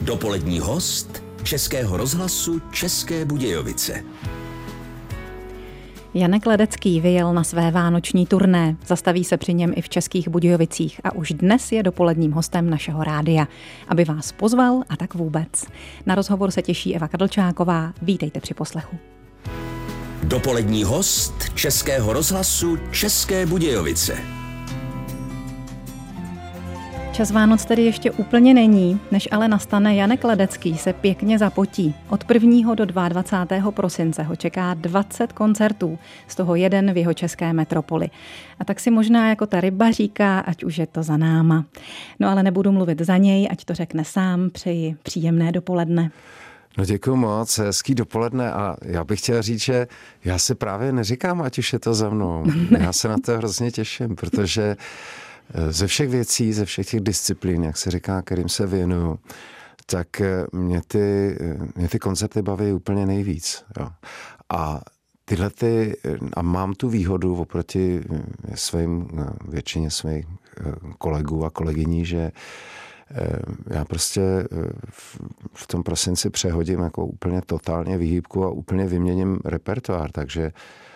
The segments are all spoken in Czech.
Dopolední host Českého rozhlasu České Budějovice. Janek Ledecký vyjel na své vánoční turné, zastaví se při něm i v Českých Budějovicích a už dnes je dopoledním hostem našeho rádia, aby vás pozval a tak vůbec. Na rozhovor se těší Eva Kadlčáková, vítejte při poslechu. Dopolední host Českého rozhlasu České Budějovice. Čas Vánoc tedy ještě úplně není, než ale nastane, Janek Ledecký se pěkně zapotí. Od 1. do 22. prosince ho čeká 20 koncertů, z toho jeden v jeho české metropoli. A tak si možná jako ta ryba říká, ať už je to za náma. No ale nebudu mluvit za něj, ať to řekne sám, přeji příjemné dopoledne. No děkuju moc, hezký dopoledne a já bych chtěl říct, že já si právě neříkám, ať už je to za mnou. Já se na to hrozně těším, protože ze všech věcí, ze všech těch disciplín, jak se říká, kterým se věnuju, tak mě ty koncerty baví úplně nejvíc. Jo. A a mám tu výhodu oproti většině svých kolegů a kolegyní, že já prostě v tom prosinci přehodím jako úplně totálně výhybku a úplně vyměním repertoár, takže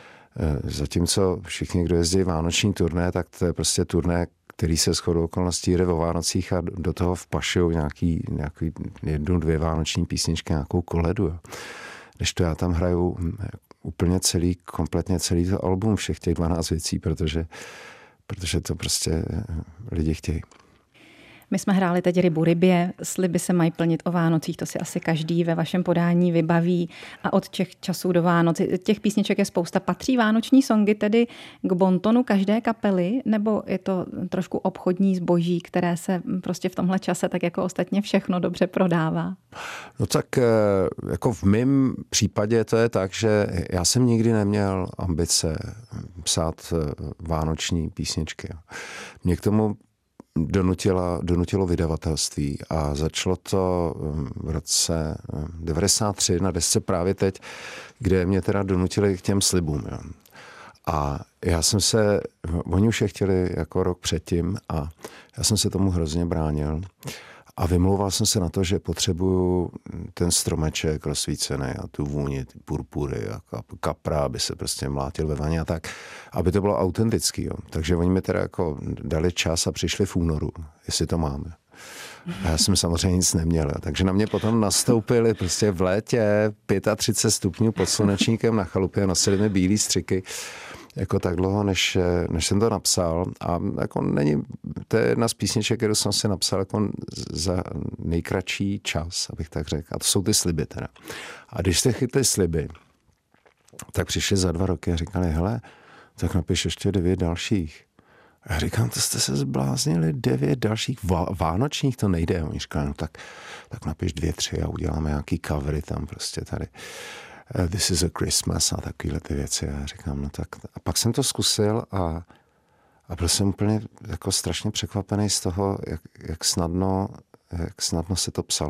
zatímco všichni, kdo jezdí vánoční turné, tak to je prostě turné, který se shodou okolností jde o Vánocích a do toho vpašují nějaký 1-2 vánoční písničky, nějakou koledu. Když to já tam hraju úplně kompletně celý to album, všech těch 12 věcí, protože to prostě lidi chtějí. My jsme hráli teď Rybu rybě, sliby se mají plnit o Vánocích, to si asi každý ve vašem podání vybaví a od těch časů do Vánoc. Těch písniček je spousta. Patří vánoční songy tedy k bontonu každé kapely, nebo je to trošku obchodní zboží, které se prostě v tomhle čase tak jako ostatně všechno dobře prodává? No tak jako v mém případě to je tak, že já jsem nikdy neměl ambice psát vánoční písničky. Mě k tomu donutilo vydavatelství a začalo to v roce 93 na desce Právě teď, kde mě teda donutili k těm slibům. Jo. A oni už je chtěli jako rok předtím a já jsem se tomu hrozně bránil a vymlouval jsem se na to, že potřebuju ten stromeček rozsvícený a tu vůni, ty purpury a kapra, aby se prostě mlátil ve vaně a tak, aby to bylo autentický. Jo. Takže oni mi teda jako dali čas a přišli v únoru, jestli to máme. A já jsem samozřejmě nic neměl. Takže na mě potom nastoupili prostě v létě 35 stupňů pod slunečníkem na chalupě a nosili mi bílý střiky jako tak dlouho, než jsem to napsal. A jako to je jedna z písniček, kterou jsem si napsal jako za nejkratší čas, abych tak řekl. A to jsou ty sliby teda. A když jste chytli sliby, tak přišli za 2 roky a říkali, hele, tak napiš ještě 9 dalších. A já říkám, to jste se zbláznili, 9 dalších vánočních, to nejde. Oni říkali, no tak napiš 2-3 a uděláme nějaký covery tam prostě tady. This is a Christmas a takovéhle ty věci. A já říkám, no tak. A pak jsem to zkusil a byl jsem úplně jako strašně překvapený z toho, jak snadno se to psalo.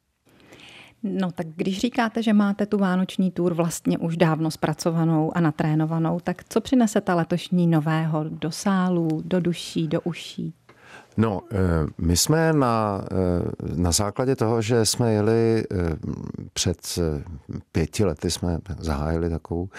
No tak když říkáte, že máte tu vánoční tour vlastně už dávno zpracovanou a natrénovanou, tak co přinese ta letošní nového do sálů, do duší, do uší? No, my jsme na základě toho, že jsme jeli před 5 lety, jsme zahájili takovou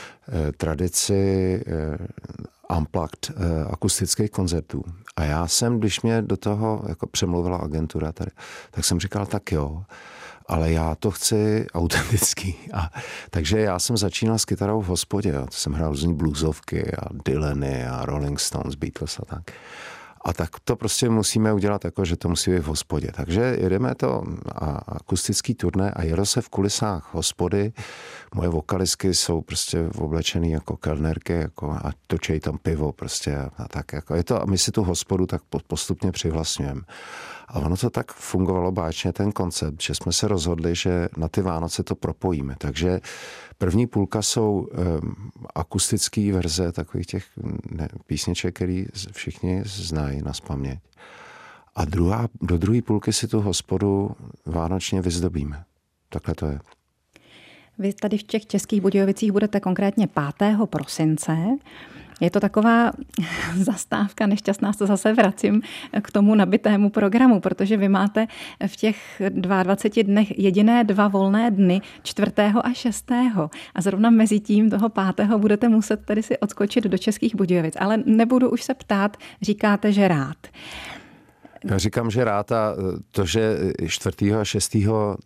tradici unplugged akustických koncertů. A já jsem, když mě do toho jako přemluvila agentura tady, tak jsem říkal, tak jo, ale já to chci autentický. Takže já jsem začínal s kytarou v hospodě. To jsem hrál různý bluesovky a Dylany a Rolling Stones, Beatles a tak. A tak to prostě musíme udělat jako, že to musí být v hospodě. Takže jedeme to akustický turné a jelo se v kulisách hospody. Moje vokalistky jsou prostě oblečený jako kelnerky jako, a točejí tam pivo prostě a tak. Jako je to, a my si tu hospodu tak postupně přivlastňujeme. A ono to tak fungovalo báječně ten koncept, že jsme se rozhodli, že na ty Vánoce to propojíme. Takže první půlka jsou akustické verze takových těch písniček, který všichni znají nazpaměť. A do druhé půlky si tu hospodu vánočně vyzdobíme. Takhle to je. Vy tady v těch Českých Budějovicích budete konkrétně 5. prosince. Je to taková zastávka nešťastná, se zase vracím k tomu nabitému programu, protože vy máte v těch 22 dnech jediné 2 volné dny, 4. a 6. A zrovna mezi tím toho 5. budete muset tady si odskočit do Českých Budějovic. Ale nebudu už se ptát, říkáte, že rád. Já říkám, že rád a to, že 4. a 6.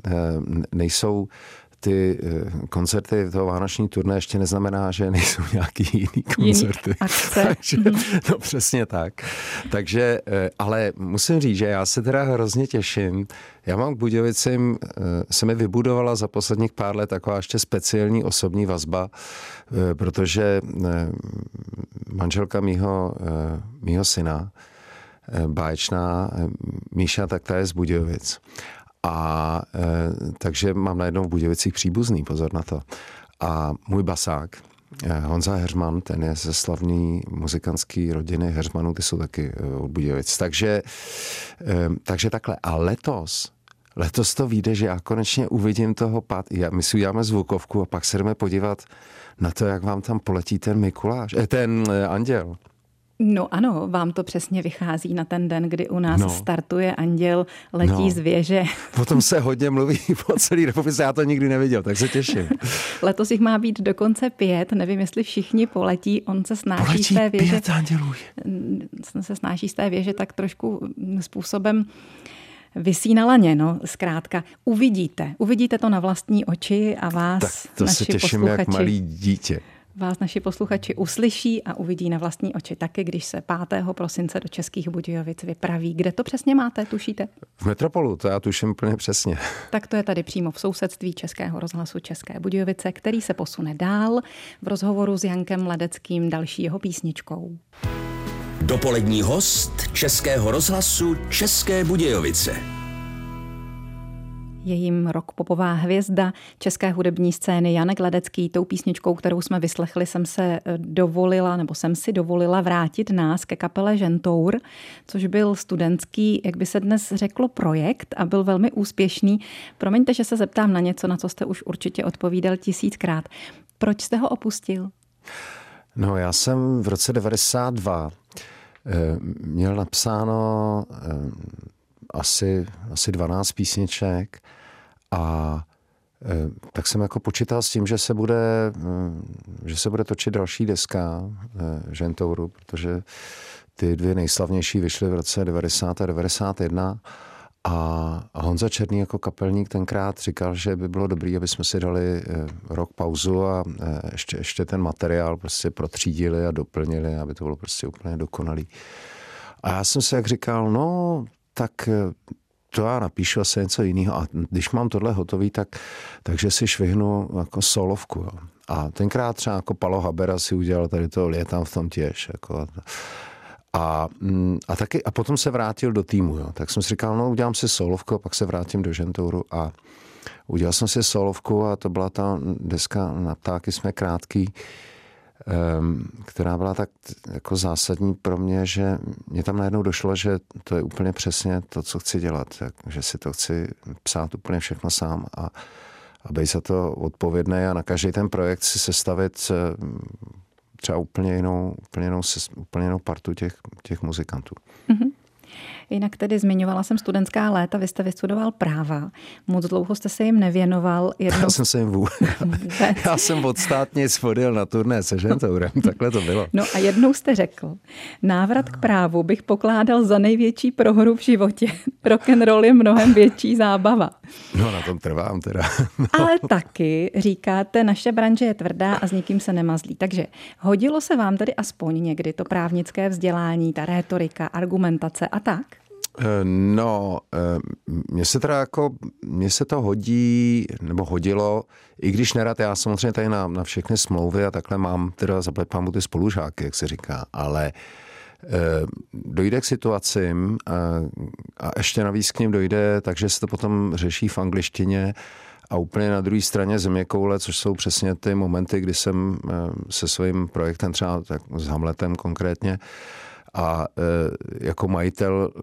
nejsou ty koncerty toho vánoční turné, ještě neznamená, že nejsou nějaký jiný koncerty. Takže, no přesně tak. Takže, ale musím říct, že já se teda hrozně těším. Já mám k Budějovicím, se mi vybudovala za posledních pár let taková ještě speciální osobní vazba, protože manželka mýho syna, báječná Míša, tak ta je z Budějovic. A takže mám najednou v Budějovicích příbuzný, pozor na to. A můj basák, Honza Heřman, ten je ze slavné muzikantské rodiny Heřmanů, ty jsou taky od Budějovic. Takže takhle. A letos to vyjde, že já konečně uvidím toho my si uděláme zvukovku a pak se jdeme podívat na to, jak vám tam poletí ten Mikuláš, ten anděl. No ano, vám to přesně vychází na ten den, kdy u nás startuje anděl, letí z věže. Potom se hodně mluví po celé republice, já to nikdy neviděl, tak se těším. Letos jich má být dokonce 5, nevím, jestli všichni poletí, on se snáší z té věže. 5 andělů. Se snáší z té věže tak trošku způsobem visí na laně, no, zkrátka. Uvidíte to na vlastní oči a vás tak to se těším jak malý dítě. Vás naši posluchači uslyší a uvidí na vlastní oči taky, když se 5. prosince do Českých Budějovic vypraví. Kde to přesně máte, tušíte? V Metropolu, to já tuším úplně přesně. Tak to je tady přímo v sousedství Českého rozhlasu České Budějovice, který se posune dál v rozhovoru s Jankem Ledeckým další jeho písničkou. Dopolední host Českého rozhlasu České Budějovice. Je jim rockpopová hvězda české hudební scény Janek Ledecký. Tou písničkou, kterou jsme vyslechli, jsem si dovolila vrátit nás ke kapele Žentour, což byl studentský, jak by se dnes řeklo, projekt a byl velmi úspěšný. Promiňte, že se zeptám na něco, na co jste už určitě odpovídal 1000krát. Proč jste ho opustil? No, já jsem v roce 92 měl napsáno asi 12 písniček a tak jsem jako počítal s tím, že se bude točit další deska Žentouru, protože ty 2 nejslavnější vyšly v roce 90 a 91 a Honza Černý jako kapelník tenkrát říkal, že by bylo dobré, aby jsme si dali rok pauzu a ještě ten materiál prostě protřídili a doplnili, aby to bylo prostě úplně dokonalý. A já jsem si jak říkal, no tak to já napíšu asi něco jiného a když mám tohle hotový, takže si švihnu jako solovku. Jo. A tenkrát třeba jako Palo Habera si udělal tady to Létám v tom těž. Jako, a potom se vrátil do týmu. Jo. Tak jsem si říkal, no udělám si solovku a pak se vrátím do Žentouru a udělal jsem si solovku a to byla ta deska Na ptáky jsme krátký, která byla tak jako zásadní pro mě, že mě tam najednou došlo, že to je úplně přesně to, co chci dělat. Že si to chci psát úplně všechno sám a být za to odpovědný a na každý ten projekt si sestavit třeba úplně jinou partu těch muzikantů. Mm-hmm. Jinak tedy zmiňovala jsem studentská léta, vy jste vystudoval práva. Moc dlouho jste se jim nevěnoval. Já jsem se jim vůbec. Já jsem od státnic odjel na turné se Žentourem, takhle to bylo. No a jednou jste řekl, návrat k právu bych pokládal za největší prohru v životě. Rock'n'roll je mnohem větší zábava. No na tom trvám teda. No. Ale taky říkáte, naše branže je tvrdá a s nikým se nemazlí. Takže hodilo se vám tedy aspoň někdy to právnické vzdělání, ta rétorika, argumentace a tak? No, mně se to hodí, nebo hodilo, i když nerad, já samozřejmě tady na všechny smlouvy a takhle mám teda zapletpámu ty spolužáky, jak se říká, ale dojde k situacím a ještě navíc k nim dojde, takže se to potom řeší v angličtině a úplně na druhé straně zeměkoule, což jsou přesně ty momenty, kdy jsem se svým projektem, třeba tak s Hamletem konkrétně, a jako majitel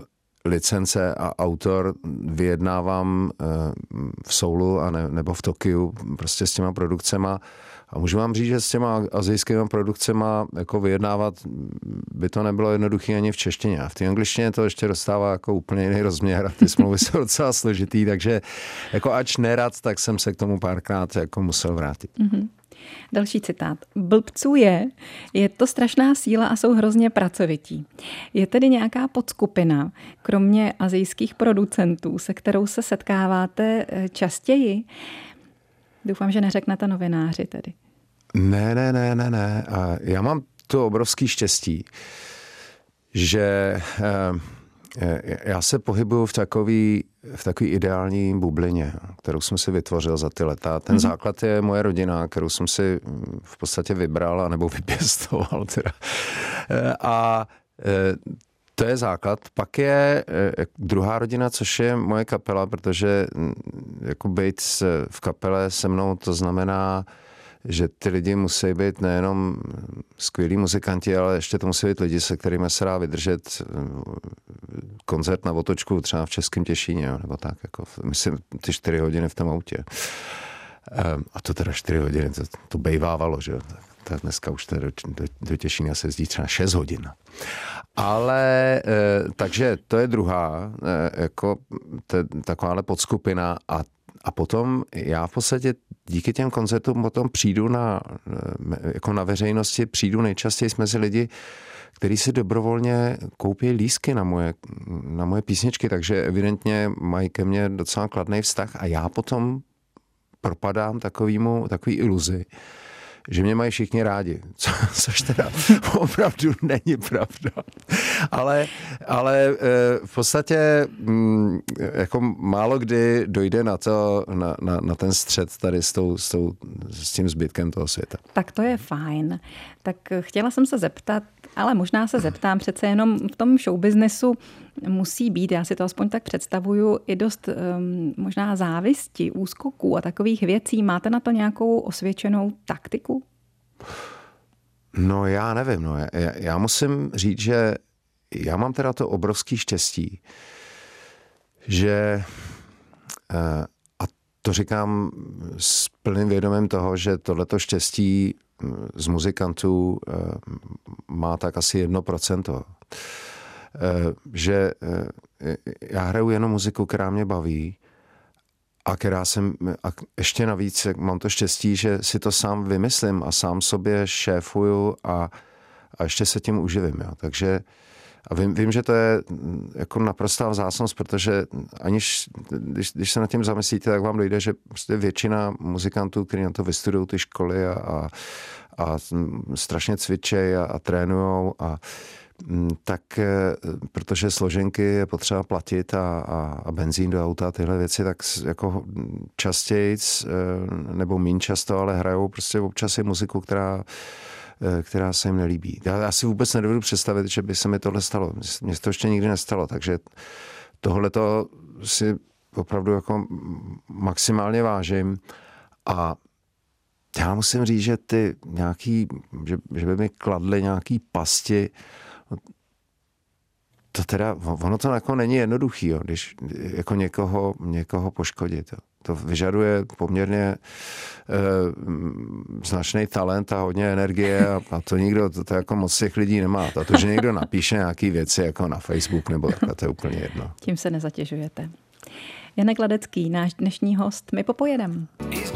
licence a autor vyjednávám v Soulu a nebo v Tokiu prostě s těma produkcema. A můžu vám říct, že s těma asijskými produkcema jako vyjednávat by to nebylo jednoduché ani v češtině. A v té angličtině to ještě dostává jako úplně jiný rozměr a ty smlouvy jsou docela složitý, takže jako ač nerad, tak jsem se k tomu párkrát jako musel vrátit. Mm-hmm. Další citát. Blbců je to strašná síla a jsou hrozně pracovití. Je tedy nějaká podskupina, kromě asijských producentů, se kterou se setkáváte častěji? Doufám, že neřeknete novináři tedy. Ne. A já mám to obrovský štěstí, že já se pohybuju v takový ideální bublině, kterou jsem si vytvořil za ty leta. Ten základ je moje rodina, kterou jsem si v podstatě vybral, nebo vypěstoval teda. A to je základ. Pak je druhá rodina, což je moje kapela, protože jako být v kapele se mnou, to znamená, že ty lidi musí být nejenom skvělí muzikanti, ale ještě to musí být lidi, se kterými se dá vydržet koncert na otočku, třeba v Českém Těšíně, nebo tak, jako myslím, ty 4 hodiny v tom autě. A to teda 4 hodiny, to bejvávalo, že jo. Tak dneska už do Těšína se jezdí třeba 6 hodin. Ale takže to je druhá, jako takováhle podskupina a potom já v podstatě díky těm koncertům potom přijdu jako na veřejnosti, přijdu nejčastěji mezi lidi, kteří si dobrovolně koupí lístky na moje písničky, takže evidentně mají ke mně docela kladný vztah a já potom propadám takový iluzi, že mě mají všichni rádi, což teda opravdu není pravda. Ale v podstatě jako málo kdy dojde na to, na ten střed tady s tím zbytkem toho světa. Tak to je fajn. Tak chtěla jsem se zeptat, ale možná se zeptám, přece jenom v tom showbiznesu musí být, já si to aspoň tak představuju, i dost možná závisti, úskoků a takových věcí. Máte na to nějakou osvědčenou taktiku? No já nevím. No. Já musím říct, že já mám teda to obrovský štěstí, že a to říkám s plným vědomím toho, že tohleto štěstí z muzikantů má tak asi 1%. Že já hraju jenom muziku, která mě baví a ještě navíc mám to štěstí, že si to sám vymyslím a sám sobě šéfuju a ještě se tím uživím. Jo. Takže a vím, že to je jako naprostá vzácnost, protože když se nad tím zamyslíte, tak vám dojde, že prostě většina muzikantů, kteří na to vystudují ty školy a strašně cvičejí a trénujou tak protože složenky je potřeba platit a benzín do auta a tyhle věci, tak jako častěji nebo méně často, ale hrajou prostě občas i muziku, která se jim nelíbí. Já si vůbec nedovedu představit, že by se mi tohle stalo. Mně to ještě nikdy nestalo, takže tohleto si opravdu jako maximálně vážím a já musím říct, že že by mi kladly nějaký pasti. To teda, ono to jako není jednoduchý, jo, když jako někoho poškodit. Jo. To vyžaduje poměrně značný talent a hodně energie a to jako moc těch lidí nemá. A to, že někdo napíše nějaký věci jako na Facebook nebo takhle, to je úplně jedno. Tím se nezatěžujete. Janek Ledecký, náš dnešní host, my popojedem.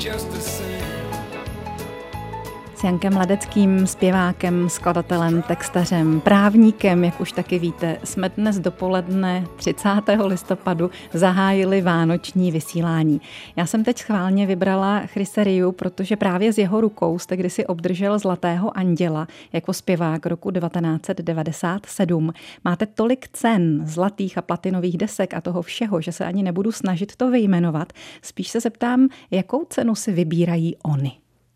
S Jankem Ledeckým, zpěvákem, skladatelem, textařem, právníkem, jak už taky víte, jsme dnes dopoledne 30. listopadu zahájili vánoční vysílání. Já jsem teď schválně vybrala Chrise Riu, protože právě z jeho rukou jste kdysi obdržel Zlatého anděla jako zpěvák roku 1997. Máte tolik cen, zlatých a platinových desek a toho všeho, že se ani nebudu snažit to vyjmenovat. Spíš se zeptám, jakou cenu si vybírají oni?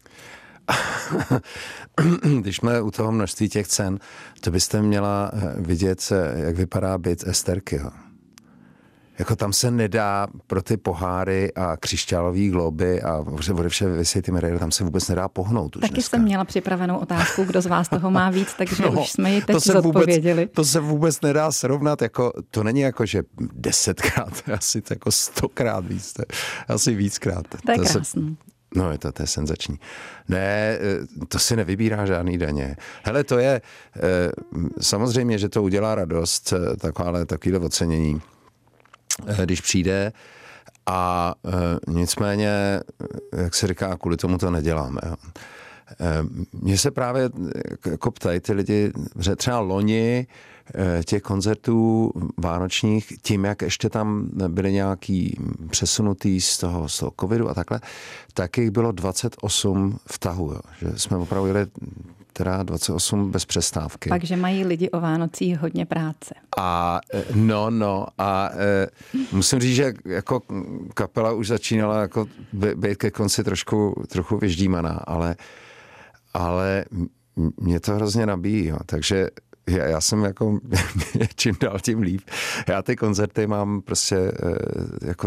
Když jsme u toho množství těch cen, to byste měla vidět, jak vypadá byt Esterkyho. Jako tam se nedá pro ty poháry a křišťálové globy a vše vysej ty medaile, tam se vůbec nedá pohnout. Taky jsem měla připravenou otázku, kdo z vás toho má víc, takže už jsme ji teď zodpověděli. To se vůbec nedá srovnat, jako, to není jako, že 10krát, asi jako 100krát víc, asi víckrát. To je krásný. No, to je senzační. Ne, to si nevybírá žádný daně. Hele, to je, samozřejmě, že to udělá radost, takovýhle ocenění, když přijde a nicméně, jak se říká, kvůli tomu to neděláme. Jo. Mně se právě jako ptají ty lidi, že třeba loni těch koncertů vánočních, tím, jak ještě tam byly nějaký přesunutý z toho covidu a takhle, tak jich bylo 28 vtahů. Jo. Že jsme opravdu jeli teda 28 bez přestávky. Takže mají lidi o Vánocích hodně práce. A musím říct, že jako kapela už začínala jako být ke konci trochu vyždímaná, ale mě to hrozně nabíjí, jo. Takže já jsem jako čím dál tím líp. Já ty koncerty mám prostě jako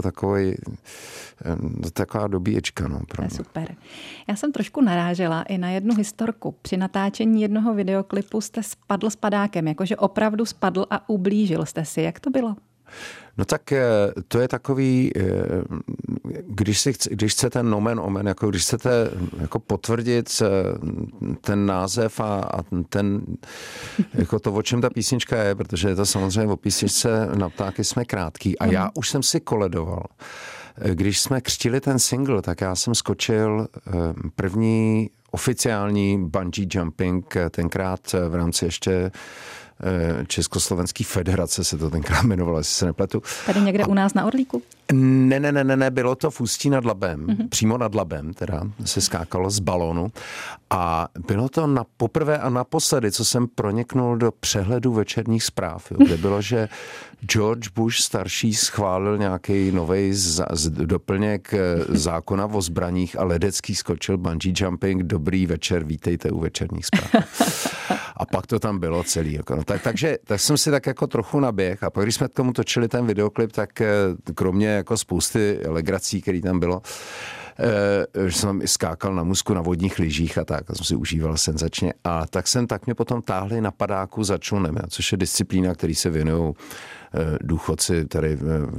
taková dobíječka. No, to je super. Já jsem trošku narážela i na jednu historku. Při natáčení jednoho videoklipu jste spadl s padákem, jakože opravdu spadl a ublížil jste si. Jak to bylo? No tak to je takový, když chcete nomen omen, jako když chcete jako potvrdit ten název a ten, jako to, o čem ta písnička je, protože je to samozřejmě o písničce Na ptáky jsme krátký. A já už jsem si koledoval. Když jsme křtili ten single, tak já jsem skočil první oficiální bungee jumping, tenkrát v rámci ještě Československý federace se to tenkrát jmenovalo, jestli se nepletu. Tady někde u nás na Orlíku? Ne, bylo to v Ústí nad Labem, přímo nad Labem, teda se skákalo z balónu a bylo to poprvé a naposledy, co jsem proniknul do přehledu večerních zpráv, jo, kde bylo, že George Bush starší schválil nějaký novej doplněk zákona o zbraních a Ledecký skočil bungee jumping, dobrý večer, vítejte u večerních zpráv. A pak to tam bylo celý. Jako, no, tak jsem si tak jako trochu naběh a pak, když jsme k tomu točili ten videoklip, tak kromě jako spousty legrací, který tam bylo, že jsem skákal na můzku na vodních lyžích a tak, a jsem si užíval senzačně. A tak mě potom táhli na padáku za člunem, což je disciplína, který se věnují důchodci tady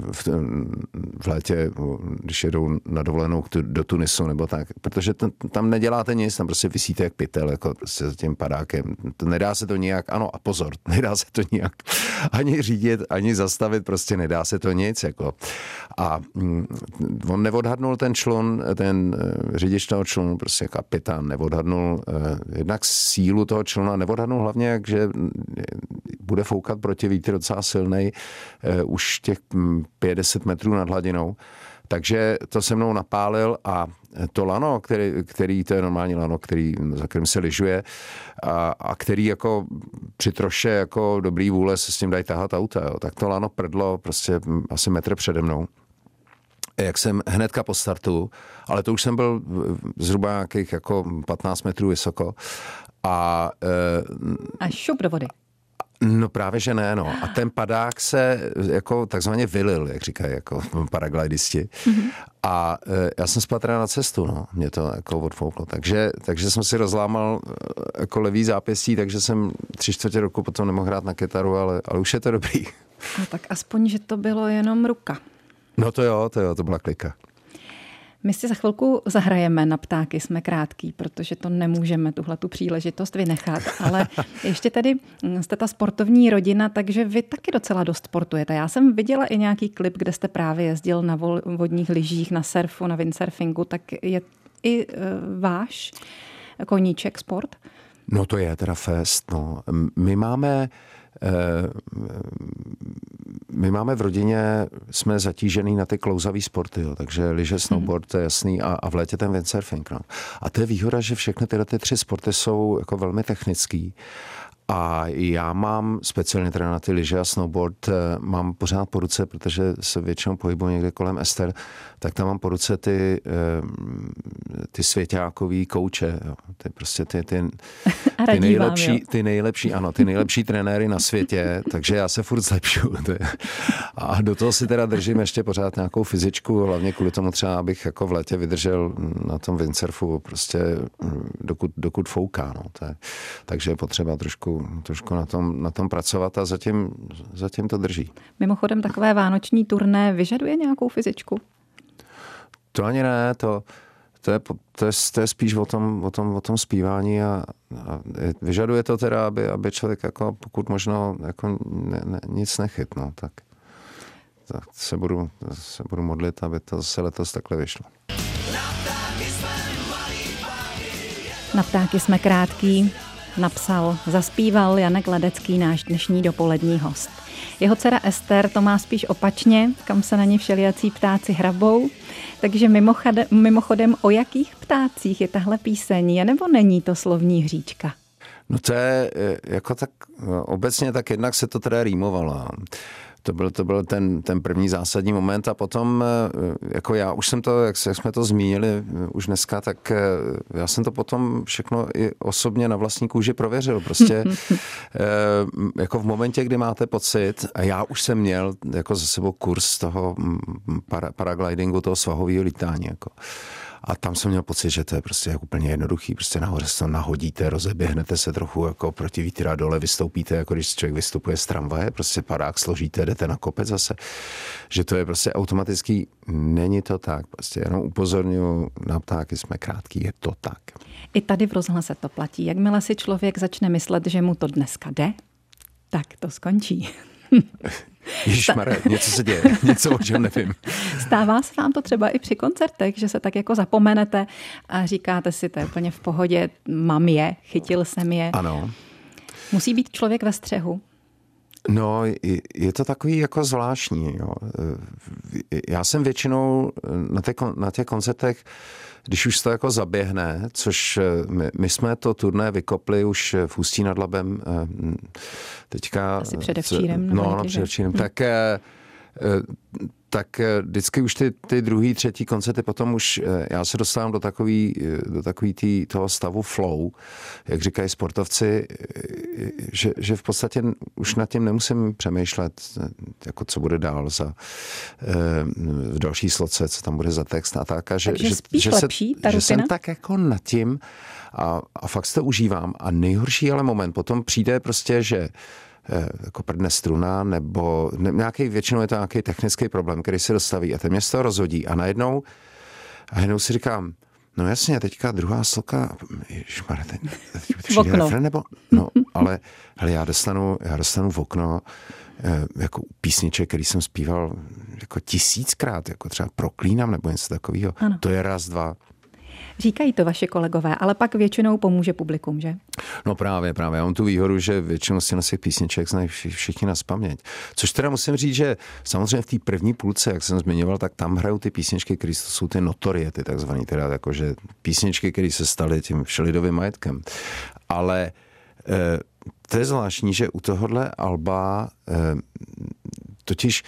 v létě, když jedou na dovolenou do Tunisu nebo tak, protože tam neděláte nic, tam prostě visíte jak pytel, jako prostě s tím padákem. Nedá se to nijak, ano a pozor, nedá se to nijak ani řídit, ani zastavit, prostě nedá se to nic, jako. A on neodhadnul ten člun, ten řidič toho člunu, prostě kapitán, neodhadnul jednak sílu toho čluna, neodhadnul hlavně, jak, že bude foukat proti vítr docela silnej, už těch 50 metrů nad hladinou. Takže to se mnou napálil a to lano, který to je normální lano, za kterým se lyžuje a který jako při troše jako dobrý vůle se s tím dají tahat auta, jo. Tak to lano prdlo prostě asi metr přede mnou. Jak jsem hnedka po startu, ale to už jsem byl zhruba nějakých jako 15 metrů vysoko. A šup do vody. No právě, že ne, no. A ten padák se jako takzvaně vylil, jak říkají jako paraglidisti. A já jsem spadl na cestu, no. Mě to jako odfouklo. Takže jsem si rozlámal jako levý zápěstí, takže jsem 3/4 roku potom nemohl hrát na kytaru, ale už je to dobrý. A tak aspoň, že to bylo jenom ruka. No to jo, to byla klika. My si za chvilku zahrajeme Na ptáky jsme krátký, protože to nemůžeme tuhletu příležitost vynechat, ale ještě tady jste ta sportovní rodina, takže vy taky docela dost sportujete. Já jsem viděla i nějaký klip, kde jste právě jezdil na vodních lyžích, na surfu, na windsurfingu, tak je i váš koníček sport? No to je teda fest, no. My máme v rodině, jsme zatížený na ty klouzavý sporty, jo, takže lyže, snowboard, to je jasný, a v létě ten windsurfing. No. A to je výhoda, že všechny tyhle 3 sporty jsou jako velmi technický A já mám speciálně teda na ty lyže a snowboard, mám pořád po ruce, protože se většinou pohybuji někde kolem Ester, tak tam mám po ruce ty svěťákový kouče. Jo. Ty prostě ty nejlepší trenéry na světě, takže já se furt zlepšuju. A do toho si teda držím ještě pořád nějakou fyzičku, hlavně kvůli tomu třeba, abych jako v létě vydržel na tom windsurfu prostě dokud fouká. No. Takže je potřeba trošku na tom pracovat a zatím to drží. Mimochodem takové vánoční turné vyžaduje nějakou fyzičku? To ani ne, to je spíš o tom zpívání a vyžaduje to teda, aby člověk jako pokud možno jako nic nechyt, no, tak se budu modlit, aby to zase letos takhle vyšlo. Na ptáky jsme krátký, zaspíval Janek Ledecký, náš dnešní dopolední host. Jeho dcera Ester to má spíš opačně, kam se na ně všelijací ptáci hrabou. Takže mimochodem, o jakých ptácích je tahle píseň, nebo není to slovní hříčka? No to je jako tak obecně, tak jednak se to teda rýmovalo. To byl ten první zásadní moment a potom, jako já už jsem to, jak jsme to zmínili už dneska, tak já jsem to potom všechno i osobně na vlastní kůži prověřil. Prostě jako v momentě, kdy máte pocit, a já už jsem měl jako za sebou kurz toho paraglidingu, toho svahového lítání, jako. A tam jsem měl pocit, že to je prostě úplně jednoduchý. Prostě nahoře se to nahodíte, rozeběhnete se trochu jako proti vítru a dole vystoupíte, jako když člověk vystupuje z tramvaje, prostě padák složíte, jdete na kopec zase. Že to je prostě automatický. Není to tak. Prostě jenom upozorňuji, na ptáky jsme krátký, je to tak. I tady v rozhlase to platí. Jakmile si člověk začne myslet, že mu to dneska jde, tak to skončí. Ježišmarja, něco se děje, něco, o čem nevím. Stává se vám to třeba i při koncertech, že se tak jako zapomenete a říkáte si, to je úplně v pohodě, mám je, chytil jsem je. Ano. Musí být člověk ve střehu? No, je to takový jako zvláštní. Jo. Já jsem většinou na těch koncertech, když už to jako zaběhne, což my jsme to turné vykopli už v Ústí nad Labem teďka. Asi předevčírem. No, předevčírem. Tak vždycky už ty druhý, třetí koncerty, potom už já se dostávám do takový toho stavu flow, jak říkají sportovci, že v podstatě už nad tím nemusím přemýšlet, jako co bude dál v další sloce, co tam bude za text a tak. Takže spíš lepší ta rutina? Že jsem tak jako nad tím a fakt to užívám. A nejhorší ale moment potom přijde prostě, že jako prdne struna, nebo většinou je to nějaký technický problém, který se dostaví a ten mě z toho rozhodí a najednou si říkám, no jasně, teďka druhá sloka, ježišmarja, teď přijde refren, nebo, no, ale já dostanu v okno jako písniček, který jsem zpíval jako 1000krát, jako třeba Proklínám, nebo něco takového. To je raz, dva. Říkají to vaši kolegové, ale pak většinou pomůže publikum, že? No právě. Já mám tu výhodu, že většinou si na těch písniček znají všichni nazpaměť. Což teda musím říct, že samozřejmě v té první půlce, jak jsem zmiňoval, tak tam hrajou ty písničky, které jsou ty notoriety, takzvaný, teda jakože písničky, které se staly tím všelidovým majetkem. Ale to je zvláštní, že u tohohle alba totiž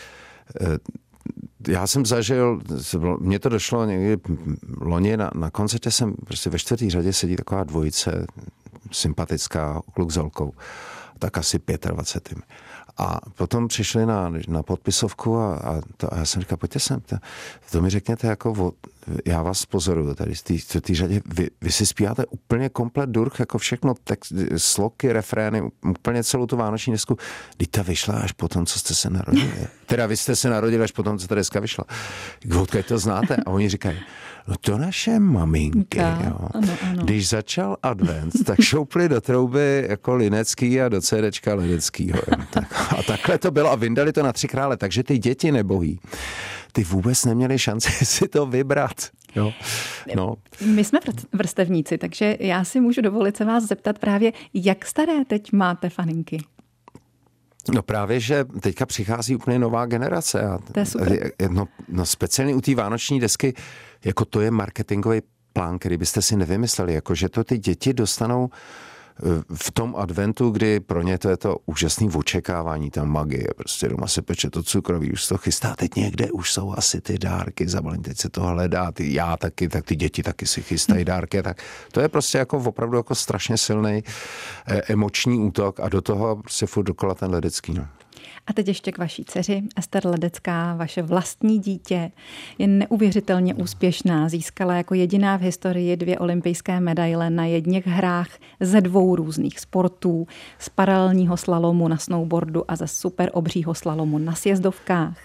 já jsem zažil, mně to došlo někdy loni na koncertě jsem prostě ve 4. řadě sedí taková dvojice sympatická, kluk s holkou, tak asi 25. A potom přišli na podpisovku a já jsem říkal, pojďte sem, to mi řekněte, jako já vás pozoruju tady v té řadě, vy si zpíváte úplně komplet durch, jako všechno, sloky, refrény, úplně celou tu vánoční desku. Teď ta vyšla až potom, co jste se narodili. Teda vy jste se narodili až potom, co ta deska vyšla. Odkud to znáte? A oni říkají, no to naše maminky, jo. Ano. Když začal advent, tak šoupli do trouby jako Linecký a do CDčka Ledeckýho. A takhle to bylo a vyndali to na 3 krále, takže ty děti nebohý, ty vůbec neměli šanci si to vybrat. Jo. No. My jsme vrstevníci, takže já si můžu dovolit se vás zeptat právě, jak staré teď máte faninky? No právě, že teďka přichází úplně nová generace. To je super. No speciálně u té vánoční desky, jako to je marketingový plán, který byste si nevymysleli, jako že to ty děti dostanou v tom adventu, kdy pro ně to je to úžasné očekávání, ta magie, prostě doma se peče to cukroví, už se to chystá, teď někde už jsou asi ty dárky zabalení, teď se to hledá, já taky, tak ty děti taky si chystají dárky, tak to je prostě jako opravdu jako strašně silný emoční útok a do toho prostě furt dokola ten Ledecký, no. A teď ještě k vaší dceři. Ester Ledecká, vaše vlastní dítě, je neuvěřitelně úspěšná. Získala jako jediná v historii 2 olympijské medaile na jedněch hrách ze 2 různých sportů. Z paralelního slalomu na snowboardu a ze super obřího slalomu na sjezdovkách.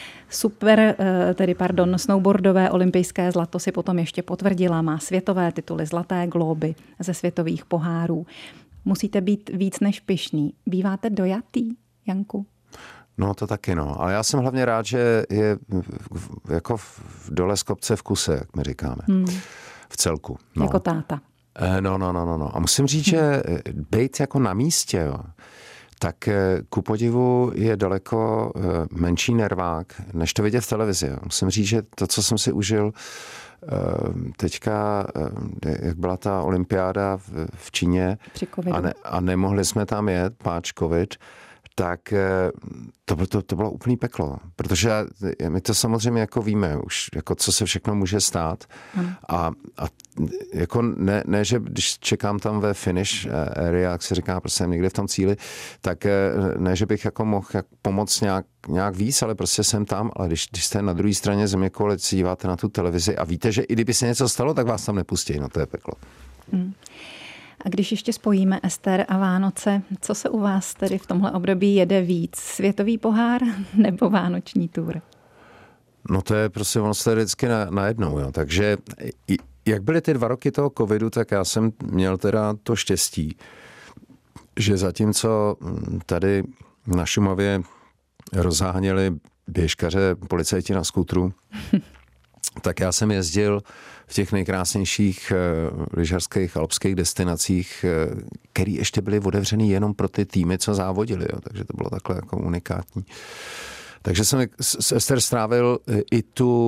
Snowboardové olympijské zlato si potom ještě potvrdila. Má světové tituly, zlaté glóby ze světových pohárů. Musíte být víc než pyšný. Býváte dojatý, Janku? No to taky, no. Ale já jsem hlavně rád, že je jako dole z kopce v kuse, jak my říkáme. V celku. No. Jako táta. No. A musím říct, že být jako na místě, jo, tak ku podivu je daleko menší nervák, než to vidět v televizi. Jo. Musím říct, že to, co jsem si užil teďka, jak byla ta olympiáda v Číně a nemohli jsme tam jet, páč covid, tak to bylo úplný peklo, protože my to samozřejmě jako víme už, jako co se všechno může stát a jako ne, že když čekám tam ve finish area, jak se říká, prostě jsem někde v tom cíli, tak ne, že bych jako mohl pomoct nějak víc, ale prostě jsem tam, ale když jste na druhé straně zeměkoule, si díváte na tu televizi a víte, že i kdyby se něco stalo, tak vás tam nepustí, no to je peklo. A když ještě spojíme Ester a Vánoce, co se u vás tedy v tomhle období jede víc? Světový pohár nebo vánoční tour? No to je prostě ono se vždycky najednou, jo. Takže jak byly ty 2 roky toho covidu, tak já jsem měl teda to štěstí, že zatímco tady na Šumavě rozháněli běžkaře policajti na skútru, tak já jsem jezdil v těch nejkrásnějších lyžařských alpských destinacích, které ještě byly otevřený jenom pro ty týmy, co závodili. Jo. Takže to bylo takhle jako unikátní. Takže jsem s Ester strávil i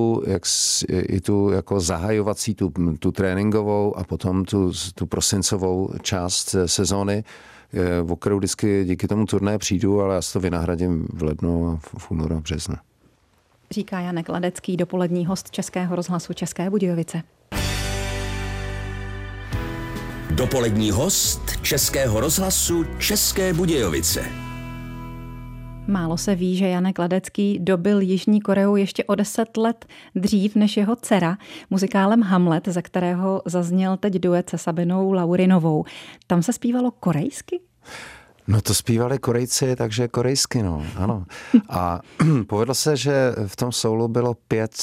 tu jako zahajovací, tu tréninkovou a potom tu prosincovou část sezóny, o kterou vždycky díky tomu turné přijdu, ale já si to vynahradím v lednu a v únoru a březnu. Říká Janek Ledecký, dopolední host Českého rozhlasu České Budějovice. Dopolední host Českého rozhlasu České Budějovice. Málo se ví, že Janek Ledecký dobyl Jižní Koreu ještě o 10 let dřív než jeho dcera muzikálem Hamlet, ze kterého zazněl teď duet se Sabinou Laurinovou. Tam se zpívalo korejsky? No to zpívali Korejci, takže korejsky, no, ano. A povedlo se, že v tom soulu bylo 5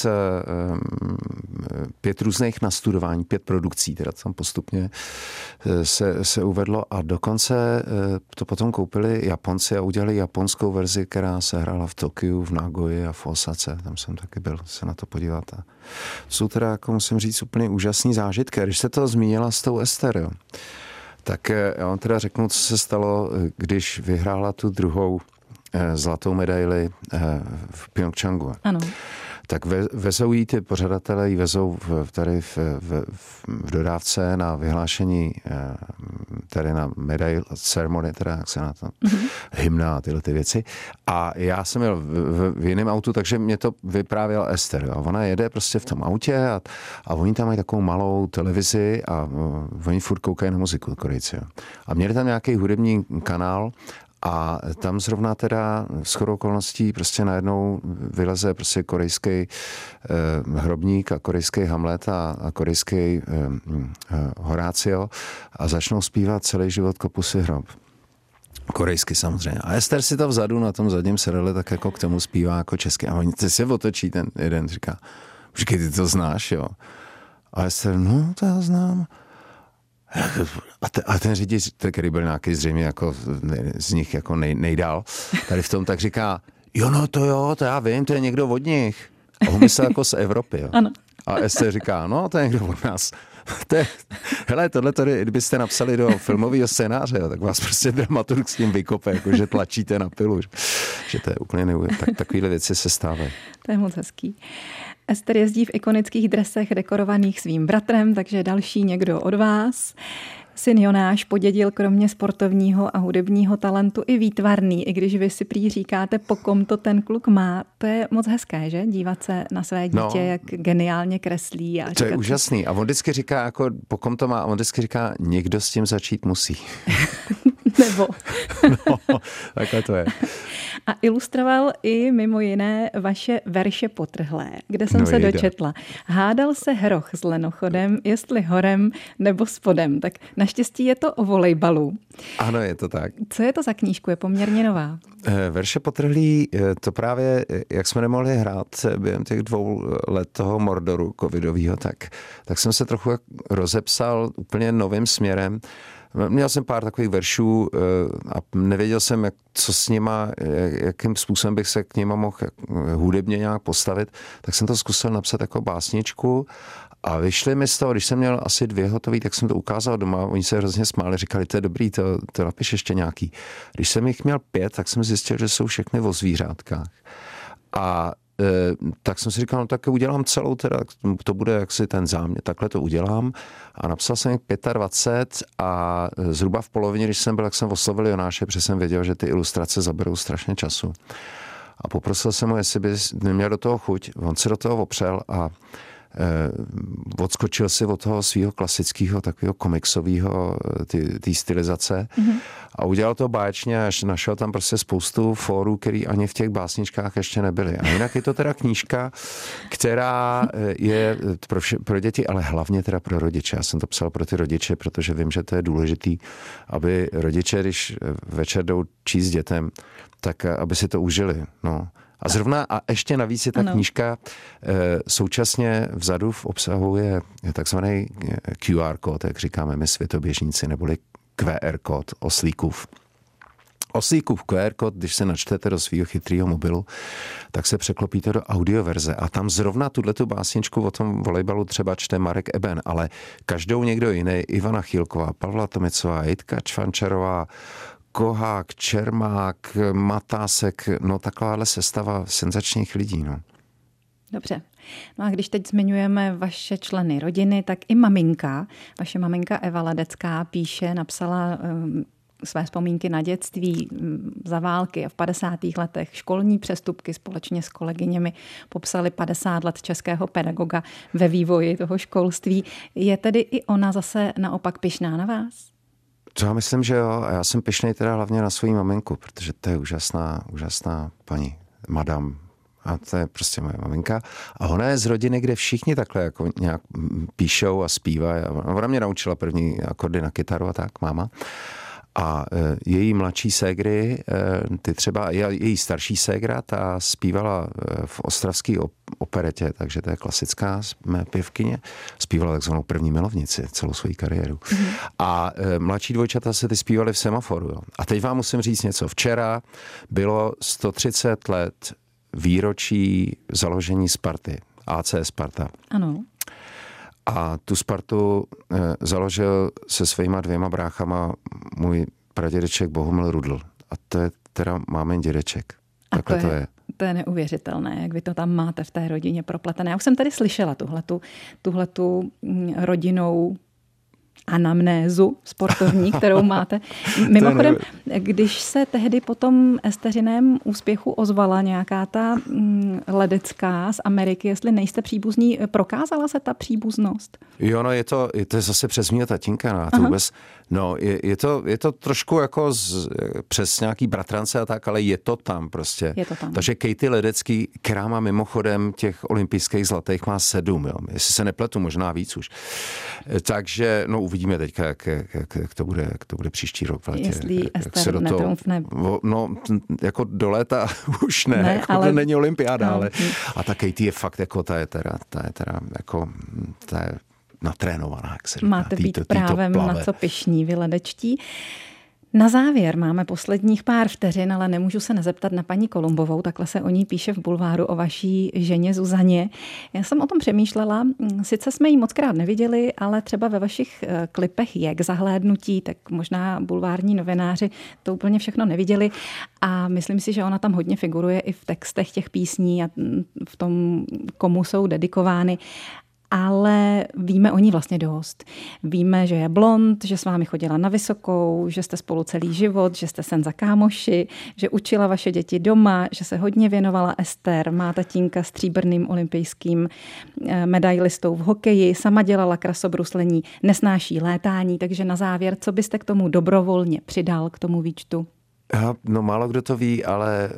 různých nastudování, 5 produkcí, teda tam postupně se uvedlo a dokonce to potom koupili Japonci a udělali japonskou verzi, která se hrála v Tokiu, v Nagoji a v Osace. Tam jsem taky byl se na to podívat. A jsou teda, jako musím říct, úplně úžasný zážitky. Když se to zmínila s tou Ester, jo, tak já vám teda řeknu, co se stalo, když vyhrála tu druhou zlatou medaili v Pyeongchangu. Ano. Tak vezou jí ty pořadatelé, vezou tady v dodávce na vyhlášení, tady na medail ceremony, teda jak se na to, hymna a tyhle ty věci. A já jsem jel v jiném autu, takže mě to vyprávěla Ester. Jo. Ona jede prostě v tom autě a oni tam mají takovou malou televizi a oni furt koukají na muziku, Korejci. Jo. A měli tam nějaký hudební kanál a tam zrovna teda shodou okolností prostě najednou vyleze prostě korejský hrobník a korejský Hamlet a korejský Horácio a začnou zpívat Celý život kopu si hrob. Korejsky samozřejmě. A Ester si to vzadu na tom zadním sedele tak jako k tomu zpívá jako česky. A oni se otočí, ten jeden říká, počkej, ty to znáš, jo? A Ester, no to já znám. A ten řidič, který byl nějaký zřejmě jako z nich jako nejdál, tady v tom, tak říká, to já vím, to je někdo od nich. A on myslel jako z Evropy. Jo. Ano. A Ester říká, no to je někdo od nás. Tohle tady, kdybyste napsali do filmového scénáře, jo, tak vás prostě dramaturg s tím vykope, jako že tlačíte na pilu. Že to je úplně neuvěřitelné. Takovéhle věci se stávají. To je moc hezký. Ester jezdí v ikonických dresech dekorovaných svým bratrem, takže další někdo od vás. Syn Jonáš podědil kromě sportovního a hudebního talentu i výtvarný, i když vy si prý říkáte, po kom to ten kluk má. To je moc hezké, že? Dívat se na své dítě, jak geniálně kreslí. A to je úžasný. A on vždycky říká, jako po kom to má, on vždycky říká, někdo s tím začít musí. Nebo. No, takhle to je. A ilustroval i mimo jiné vaše verše Potrhlé, kde jsem se dočetla. Hádal se hroch s lenochodem, jestli horem nebo spodem. Tak naštěstí je to o volejbalu. Ano, je to tak. Co je to za knížku? Je poměrně nová. Verše Potrhlí, to právě, jak jsme nemohli hrát během těch 2 let toho Mordoru covidového, tak jsem se trochu rozepsal úplně novým směrem. Měl jsem pár takových veršů a nevěděl jsem, co s nima, jakým způsobem bych se k nima mohl hudebně nějak postavit, tak jsem to zkusil napsat jako básničku a vyšly mi z toho, když jsem měl asi 2 hotový, tak jsem to ukázal doma, oni se hrozně smáli, říkali, to je dobrý, to napiš ještě nějaký. Když jsem jich měl 5, tak jsem zjistil, že jsou všechny o zvířátkách. A tak jsem si říkal, no tak udělám celou, teda to bude jaksi ten záměr, takhle to udělám a napsal jsem jich 25 a zhruba v polovině, když jsem byl, tak jsem oslovil Jonáše, protože jsem věděl, že ty ilustrace zaberou strašně času. A poprosil jsem ho, jestli by neměl do toho chuť, on se do toho opřel a odskočil si od toho svého klasického takového komiksového té stylizace a udělal to báječně a našel tam prostě spoustu fórů, který ani v těch básničkách ještě nebyly. A jinak je to teda knížka, která je pro děti, ale hlavně teda pro rodiče. Já jsem to psal pro ty rodiče, protože vím, že to je důležitý, aby rodiče, když večer jdou číst dětem, tak aby si to užili. No. A zrovna, a ještě navíc je ta knížka, současně vzadu v obsahu je takzvaný QR kód, jak říkáme my světoběžníci, neboli QR kód oslíkův. Oslíkův QR kód, když se načtete do svého chytrého mobilu, tak se překlopíte do audioverze. A tam zrovna tuhletu básničku o tom volejbalu třeba čte Marek Eben, ale každou někdo jiný, Ivana Chýlková, Pavla Tomicová, Jitka Čvančarová, Kohák, Čermák, Matásek, no takováhle sestava senzačních lidí, no. Dobře. No a když teď zmiňujeme vaše členy rodiny, tak i maminka, vaše maminka Eva Ledecká napsala své vzpomínky na dětství za války a v 50. letech školní přestupky společně s kolegyněmi popsali 50 let českého pedagoga ve vývoji toho školství. Je tedy i ona zase naopak pyšná na vás? To já myslím, že jo. A já jsem pyšnej teda hlavně na svou maminku, protože to je úžasná paní, madam. A to je prostě moje maminka. A ona je z rodiny, kde všichni takhle jako nějak píšou a zpívají. Ona mě naučila první akordy na kytaru a tak, máma. A její mladší ségry, ty třeba, její starší ségra, ta zpívala v ostravské operetě, takže to je klasická pěvkyně, zpívala takzvanou první milovnici celou svou kariéru. A mladší dvojčata se ty zpívaly v Semaforu. Jo. A teď vám musím říct něco. Včera bylo 130 let výročí založení Sparty, AC Sparta. Ano. A tu Spartu založil se svýma 2 bráchama můj pradědeček Bohumil Rudl. A to je teda mámin dědeček. Takhle to je. To je neuvěřitelné, jak vy to tam máte v té rodině propletené. Já už jsem tady slyšela tuhletu rodinnou anamnézu sportovní, kterou máte. Mimochodem, když se tehdy po tom Esteřiném úspěchu ozvala nějaká ta Ledecká z Ameriky, jestli nejste příbuzní, prokázala se ta příbuznost? Jo, no je to zase přes mýho tatínka. No, to vůbec, no, je to trošku jako přes nějaký bratrance a tak, ale je to tam prostě. Je to tam. Takže Katie Ledecký, která má mimochodem těch olympijských zlatých, má 7, jo. Jestli se nepletu, možná víc už. Takže, no uvidíme teďka, jak to bude příští rok v létě. Jestli Ester netrumfne. No, jako do léta už ne jako ale... to není olympiáda, ale a ta Katie je fakt jako, ta je teda jako, ta je natrénovaná, jak se říká. Máte být právem na co pyšní, vy ledečtí. Na závěr máme posledních pár vteřin, ale nemůžu se nezeptat na paní Kolumbovou, takhle se o ní píše v bulváru o vaší ženě Zuzaně. Já jsem o tom přemýšlela, sice jsme ji mockrát neviděli, ale třeba ve vašich klipech je k zahlédnutí, tak možná bulvární novináři to úplně všechno neviděli a myslím si, že ona tam hodně figuruje i v textech těch písní a v tom, komu jsou dedikovány. ale víme o ní vlastně dost. Víme, že je blond, že s vámi chodila na vysokou, že jste spolu celý život, že jste sen za kámoši, že učila vaše děti doma, že se hodně věnovala Ester, má tatínka stříbrným olympijským medailistou v hokeji, sama dělala krasobruslení, nesnáší létání, takže na závěr, co byste k tomu dobrovolně přidal, k tomu výčtu? No málo kdo to ví, ale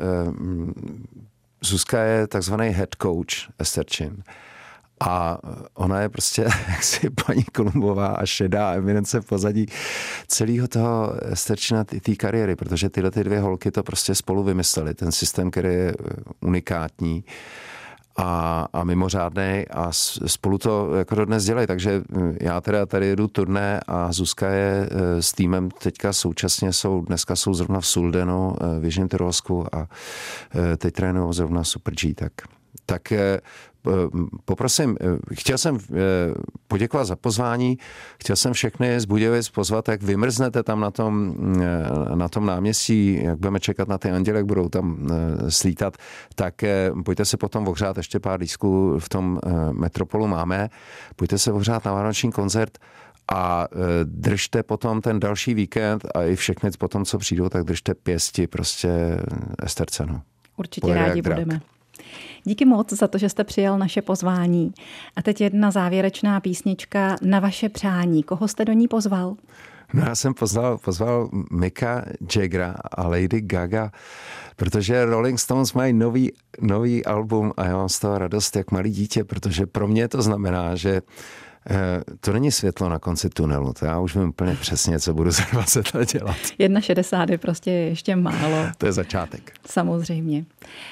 Zuzka je takzvaný head coach Esterčin. A ona je prostě jaksi paní Kolumbová a šedá eminence v pozadí celého toho Esterčina, té kariéry, protože tyhle ty dvě holky to prostě spolu vymysleli. Ten systém, který je unikátní a mimořádný a spolu to jako dodnes dělají. Takže já teda tady jedu turné a Zuzka je s týmem teďka současně dneska jsou zrovna v Suldenu, v Jižním Tyrolsku a teď trénují zrovna Super G. Tak poprosím, chtěl jsem poděkovat za pozvání, chtěl jsem všechny z Budějovic pozvat, jak vymrznete tam na tom náměstí, jak budeme čekat na ty anděle, jak budou tam slítat, tak pojďte se potom ohřát, ještě pár lístků v tom Metropolu máme, pojďte se ohřát na vánoční koncert a držte potom ten další víkend a i všechny potom, co přijdou, tak držte pěsti prostě Esterce. Určitě pojede rádi budeme. Díky moc za to, že jste přijal naše pozvání. A teď jedna závěrečná písnička na vaše přání. Koho jste do ní pozval? No já jsem pozval Micka Jaggera a Lady Gaga, protože Rolling Stones mají nový album a já mám z toho radost jak malý dítě, protože pro mě to znamená, že to není světlo na konci tunelu. To já už vím úplně přesně, co budu za 20 let dělat. 1,60 je prostě ještě málo. To je začátek. Samozřejmě.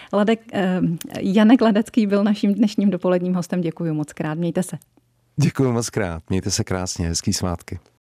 Janek Ledecký byl naším dnešním dopoledním hostem. Děkuji moc krát. Mějte se. Děkuji moc krát. Mějte se krásně. Hezký svátky.